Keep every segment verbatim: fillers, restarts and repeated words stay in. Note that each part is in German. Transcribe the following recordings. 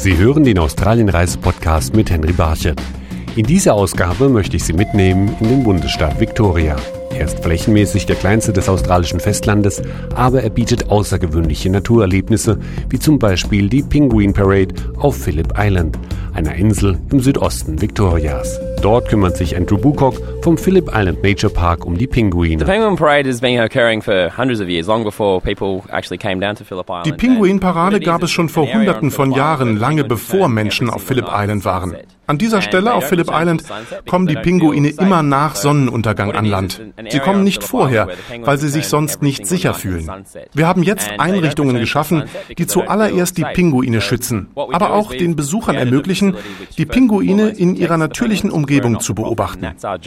Sie hören den Australien-Reise-Podcast mit Henry Barchett. In dieser Ausgabe möchte ich Sie mitnehmen in den Bundesstaat Victoria. Er ist flächenmäßig der kleinste des australischen Festlandes, aber er bietet außergewöhnliche Naturerlebnisse, wie zum Beispiel die Penguin Parade auf Phillip Island, einer Insel im Südosten Victorias. Dort kümmert sich Andrew Bucock vom Phillip Island Nature Park um die Pinguine. The Penguin Parade has been occurring for hundreds of years, long before people actually came down to Phillip Island. Die Pinguin-Parade gab es schon vor Hunderten von Jahren, lange bevor Menschen auf Phillip Island waren. An dieser Stelle auf Phillip Island kommen die Pinguine immer nach Sonnenuntergang an Land. Sie kommen nicht vorher, weil sie sich sonst nicht sicher fühlen. Wir haben jetzt Einrichtungen geschaffen, die zuallererst die Pinguine schützen, aber auch den Besuchern ermöglichen, die Pinguine in ihrer natürlichen Umgebung zu beobachten.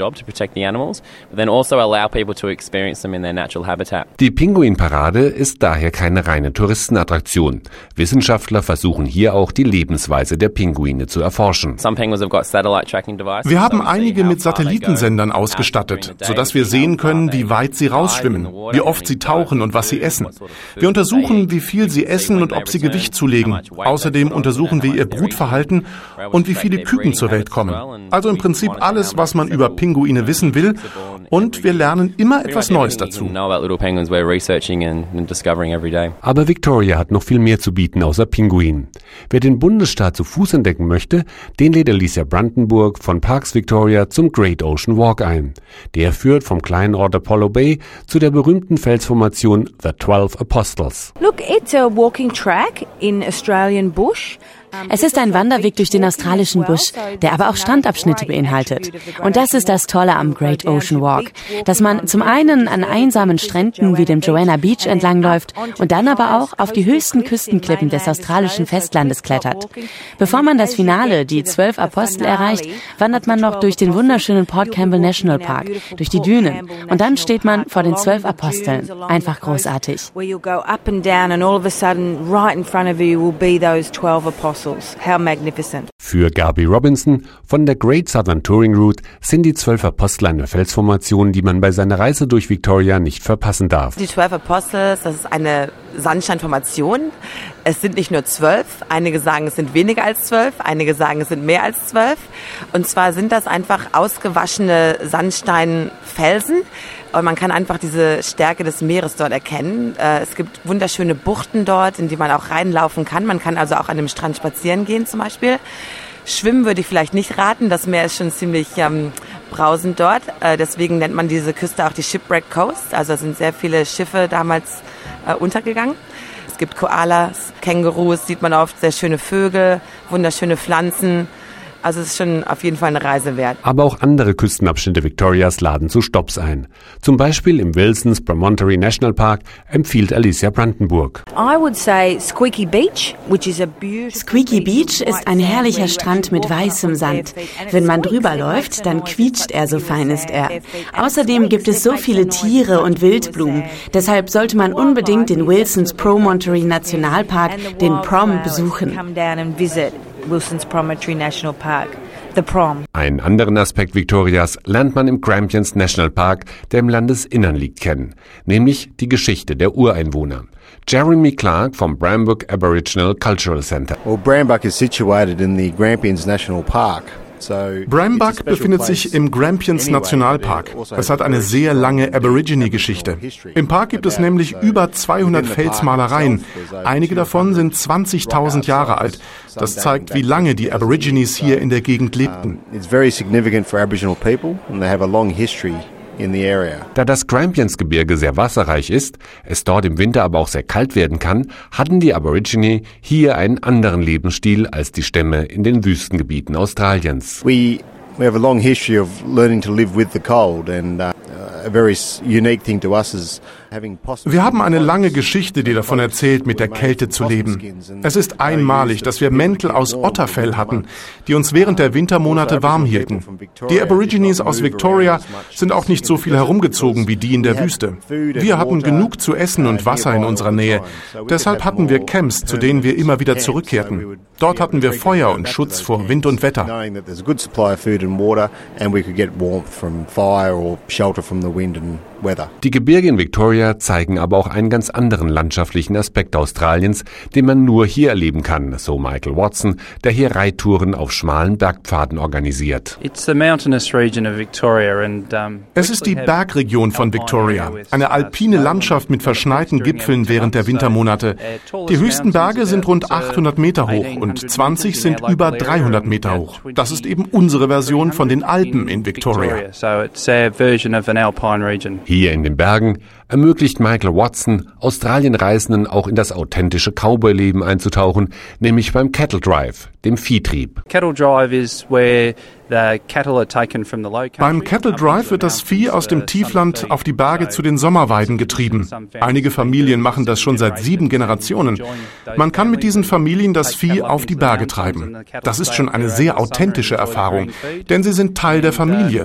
Die Pinguin-Parade ist daher keine reine Touristenattraktion. Wissenschaftler versuchen hier auch die Lebensweise der Pinguine zu erforschen. Wir haben einige mit Satellitensendern ausgestattet, sodass wir sehen können, wie weit sie rausschwimmen, wie oft sie tauchen und was sie essen. Wir untersuchen, wie viel sie essen und ob sie Gewicht zulegen. Außerdem untersuchen wir ihr Brutverhalten und wie viele Küken zur Welt kommen. Also im Prinzip alles, was man über Pinguine wissen will. Und wir lernen immer etwas Neues dazu. Aber Victoria hat noch viel mehr zu bieten außer Pinguinen. Wer den Bundesstaat zu Fuß entdecken möchte, den lädt Alicia Brandenburg von Parks Victoria zum Great Ocean Walk ein. Der führt vom kleinen Ort Apollo Bay zu der berühmten Felsformation The Twelve Apostles. Look, it's a walking track in Australian bush. Es ist ein Wanderweg durch den australischen Busch, der aber auch Strandabschnitte beinhaltet. Und das ist das Tolle am Great Ocean Walk, dass man zum einen an einsamen Stränden wie dem Joanna Beach entlangläuft und dann aber auch auf die höchsten Küstenklippen des australischen Festlandes klettert. Bevor man das Finale, die zwölf Apostel, erreicht, wandert man noch durch den wunderschönen Port Campbell National Park, durch die Dünen. Und dann steht man vor den zwölf Aposteln. Einfach großartig. How magnificent. Für Gaby Robinson von der Great Southern Touring Route sind die zwölf Apostel eine Felsformation, die man bei seiner Reise durch Victoria nicht verpassen darf. Die zwölf Apostel, das ist eine Sandsteinformation. Es sind nicht nur zwölf. Einige sagen, es sind weniger als zwölf. Einige sagen, es sind mehr als zwölf. Und zwar sind das einfach ausgewaschene Sandsteinfelsen. Und man kann einfach diese Stärke des Meeres dort erkennen. Es gibt wunderschöne Buchten dort, in die man auch reinlaufen kann. Man kann also auch an dem Strand spazieren gehen zum Beispiel. Schwimmen würde ich vielleicht nicht raten. Das Meer ist schon ziemlich ähm, brausend dort. Äh, deswegen nennt man diese Küste auch die Shipwreck Coast. Also sind sehr viele Schiffe damals äh, untergegangen. Es gibt Koalas, Kängurus, sieht man oft, sehr schöne Vögel, wunderschöne Pflanzen. Also es ist schon auf jeden Fall eine Reise wert. Aber auch andere Küstenabschnitte Victorias laden zu Stopps ein. Zum Beispiel im Wilsons Promontory National Park empfiehlt Alicia Brandenburg. I would say Squeaky Beach, which is a beautiful Squeaky Beach ist ein herrlicher Strand mit weißem Sand. Wenn man drüber läuft, dann quietscht er, so fein ist er. Außerdem gibt es so viele Tiere und Wildblumen. Deshalb sollte man unbedingt den Wilsons Promontory Nationalpark, den Prom, besuchen. Wilsons Promontory National Park, the Prom. Einen anderen Aspekt Victorias lernt man im Grampians National Park, der im Landesinnern liegt, kennen, nämlich die Geschichte der Ureinwohner. Jeremy Clark vom Brambuck Aboriginal Cultural Center. Well, Brambuck is situated in the Grampians National Park. Brambuck befindet sich im Grampians Nationalpark. Es hat eine sehr lange Aborigine-Geschichte. Im Park gibt es nämlich über zweihundert Felsmalereien. Einige davon sind zwanzigtausend Jahre alt. Das zeigt, wie lange die Aborigines hier in der Gegend lebten. It's very significant for Aboriginal people and they have a long history in the area. Da das Grampians-Gebirge sehr wasserreich ist, es dort im Winter aber auch sehr kalt werden kann, hatten die Aborigine hier einen anderen Lebensstil als die Stämme in den Wüstengebieten Australiens. We we have a long history of learning to live with the cold and uh, a very unique thing to us is Wir haben eine lange Geschichte, die davon erzählt, mit der Kälte zu leben. Es ist einmalig, dass wir Mäntel aus Otterfell hatten, die uns während der Wintermonate warm hielten. Die Aborigines aus Victoria sind auch nicht so viel herumgezogen wie die in der Wüste. Wir hatten genug zu essen und Wasser in unserer Nähe. Deshalb hatten wir Camps, zu denen wir immer wieder zurückkehrten. Dort hatten wir Feuer und Schutz vor Wind und Wetter. weather. Die Gebirge in Victoria zeigen aber auch einen ganz anderen landschaftlichen Aspekt Australiens, den man nur hier erleben kann, so Michael Watson, der hier Reittouren auf schmalen Bergpfaden organisiert. Es ist die Bergregion von Victoria, eine alpine Landschaft mit verschneiten Gipfeln während der Wintermonate. Die höchsten Berge sind rund achthundert Meter hoch und zwanzig sind über dreihundert Meter hoch. Das ist eben unsere Version von den Alpen in Victoria. Hier in den Bergen ermöglicht Michael Watson Australienreisenden auch in das authentische Cowboy-Leben einzutauchen, nämlich beim Cattle Drive, dem Viehtrieb. Beim Cattle Drive wird das Vieh aus dem Tiefland auf die Berge zu den Sommerweiden getrieben. Einige Familien machen das schon seit sieben Generationen. Man kann mit diesen Familien das Vieh auf die Berge treiben. Das ist schon eine sehr authentische Erfahrung, denn sie sind Teil der Familie.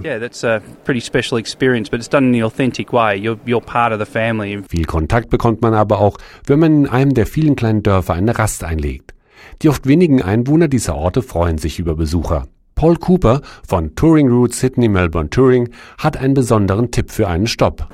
Viel Kontakt bekommt man aber auch, wenn man in einem der vielen kleinen Dörfer eine Rast einlegt. Die oft wenigen Einwohner dieser Orte freuen sich über Besucher. Paul Cooper von Touring Route Sydney Melbourne Touring hat einen besonderen Tipp für einen Stopp.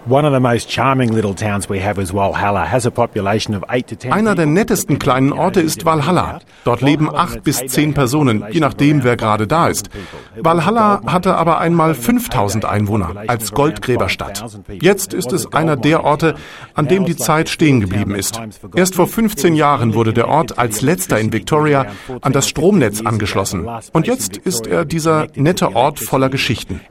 Einer der nettesten kleinen Orte ist Walhalla. Dort leben acht bis zehn Personen, je nachdem, wer gerade da ist. Walhalla hatte aber einmal fünftausend Einwohner als Goldgräberstadt. Jetzt ist es einer der Orte, an dem die Zeit stehen geblieben ist. Erst vor fünfzehn Jahren wurde der Ort als letzter in Victoria an das Stromnetz angeschlossen. Und jetzt ist er dieser nette Ort voller Geschichten.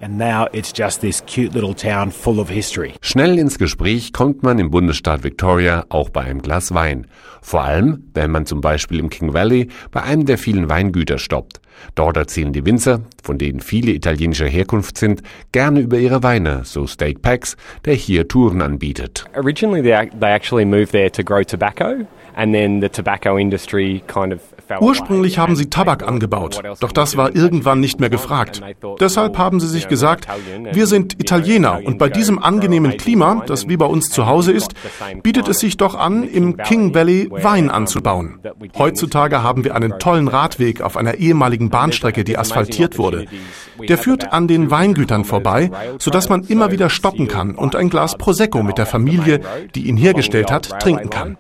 Schnell ins Gespräch kommt man im Bundesstaat Victoria auch bei einem Glas Wein. Vor allem, wenn man zum Beispiel im King Valley bei einem der vielen Weingüter stoppt. Dort erzählen die Winzer, von denen viele italienischer Herkunft sind, gerne über ihre Weine, so Steak Pax, der hier Touren anbietet. Originally they, they actually moved there to grow tobacco and then the tobacco industry kind of Ursprünglich haben sie Tabak angebaut, doch das war irgendwann nicht mehr gefragt. Deshalb haben sie sich gesagt, wir sind Italiener und bei diesem angenehmen Klima, das wie bei uns zu Hause ist, bietet es sich doch an, im King Valley Wein anzubauen. Heutzutage haben wir einen tollen Radweg auf einer ehemaligen Bahnstrecke, die asphaltiert wurde. Der führt an den Weingütern vorbei, sodass man immer wieder stoppen kann und ein Glas Prosecco mit der Familie, die ihn hergestellt hat, trinken kann.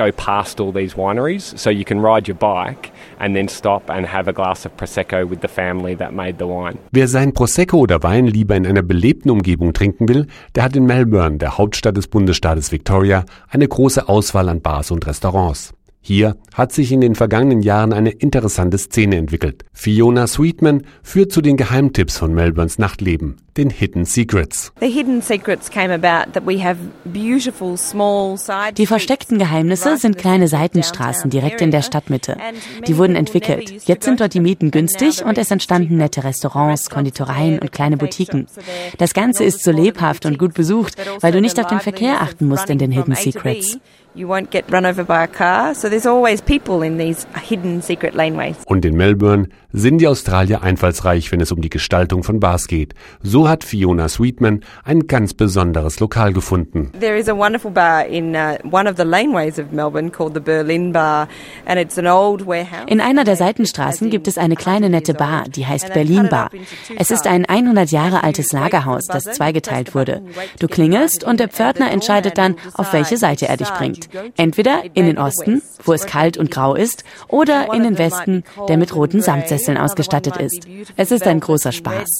And then stop and have a glass of Prosecco with the family that made the wine. Wer sein Prosecco oder Wein lieber in einer belebten Umgebung trinken will, der hat in Melbourne, der Hauptstadt des Bundesstaates Victoria, eine große Auswahl an Bars und Restaurants. Hier hat sich in den vergangenen Jahren eine interessante Szene entwickelt. Fiona Sweetman führt zu den Geheimtipps von Melbournes Nachtleben, den Hidden Secrets. Die versteckten Geheimnisse sind kleine Seitenstraßen direkt in der Stadtmitte. Die wurden entwickelt. Jetzt sind dort die Mieten günstig und es entstanden nette Restaurants, Konditoreien und kleine Boutiquen. Das Ganze ist so lebhaft und gut besucht, weil du nicht auf den Verkehr achten musst in den Hidden Secrets. You won't get run over by a car, so there's always people in these hidden secret laneways. Und in Melbourne sind die Australier einfallsreich, wenn es um die Gestaltung von Bars geht. So hat Fiona Sweetman ein ganz besonderes Lokal gefunden. There is a wonderful bar in uh, one of the laneways of Melbourne called the Berlin Bar, and it's an old warehouse. In einer der Seitenstraßen gibt es eine kleine nette Bar, die heißt Berlin Bar. Es ist ein hundert Jahre altes Lagerhaus, das zweigeteilt wurde. Du klingelst und der Pförtner entscheidet dann, auf welche Seite er dich bringt. Entweder in den Osten, wo es kalt und grau ist, oder in den Westen, der mit roten Samtsesseln ausgestattet ist. Es ist ein großer Spaß.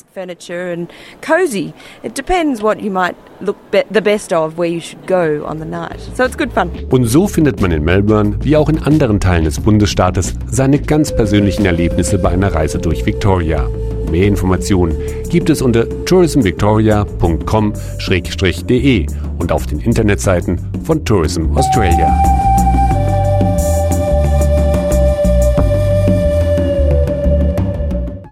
Und so findet man in Melbourne, wie auch in anderen Teilen des Bundesstaates, seine ganz persönlichen Erlebnisse bei einer Reise durch Victoria. Mehr Informationen gibt es unter tourism victoria punkt com slash de und auf den Internetseiten von Tourism Australia.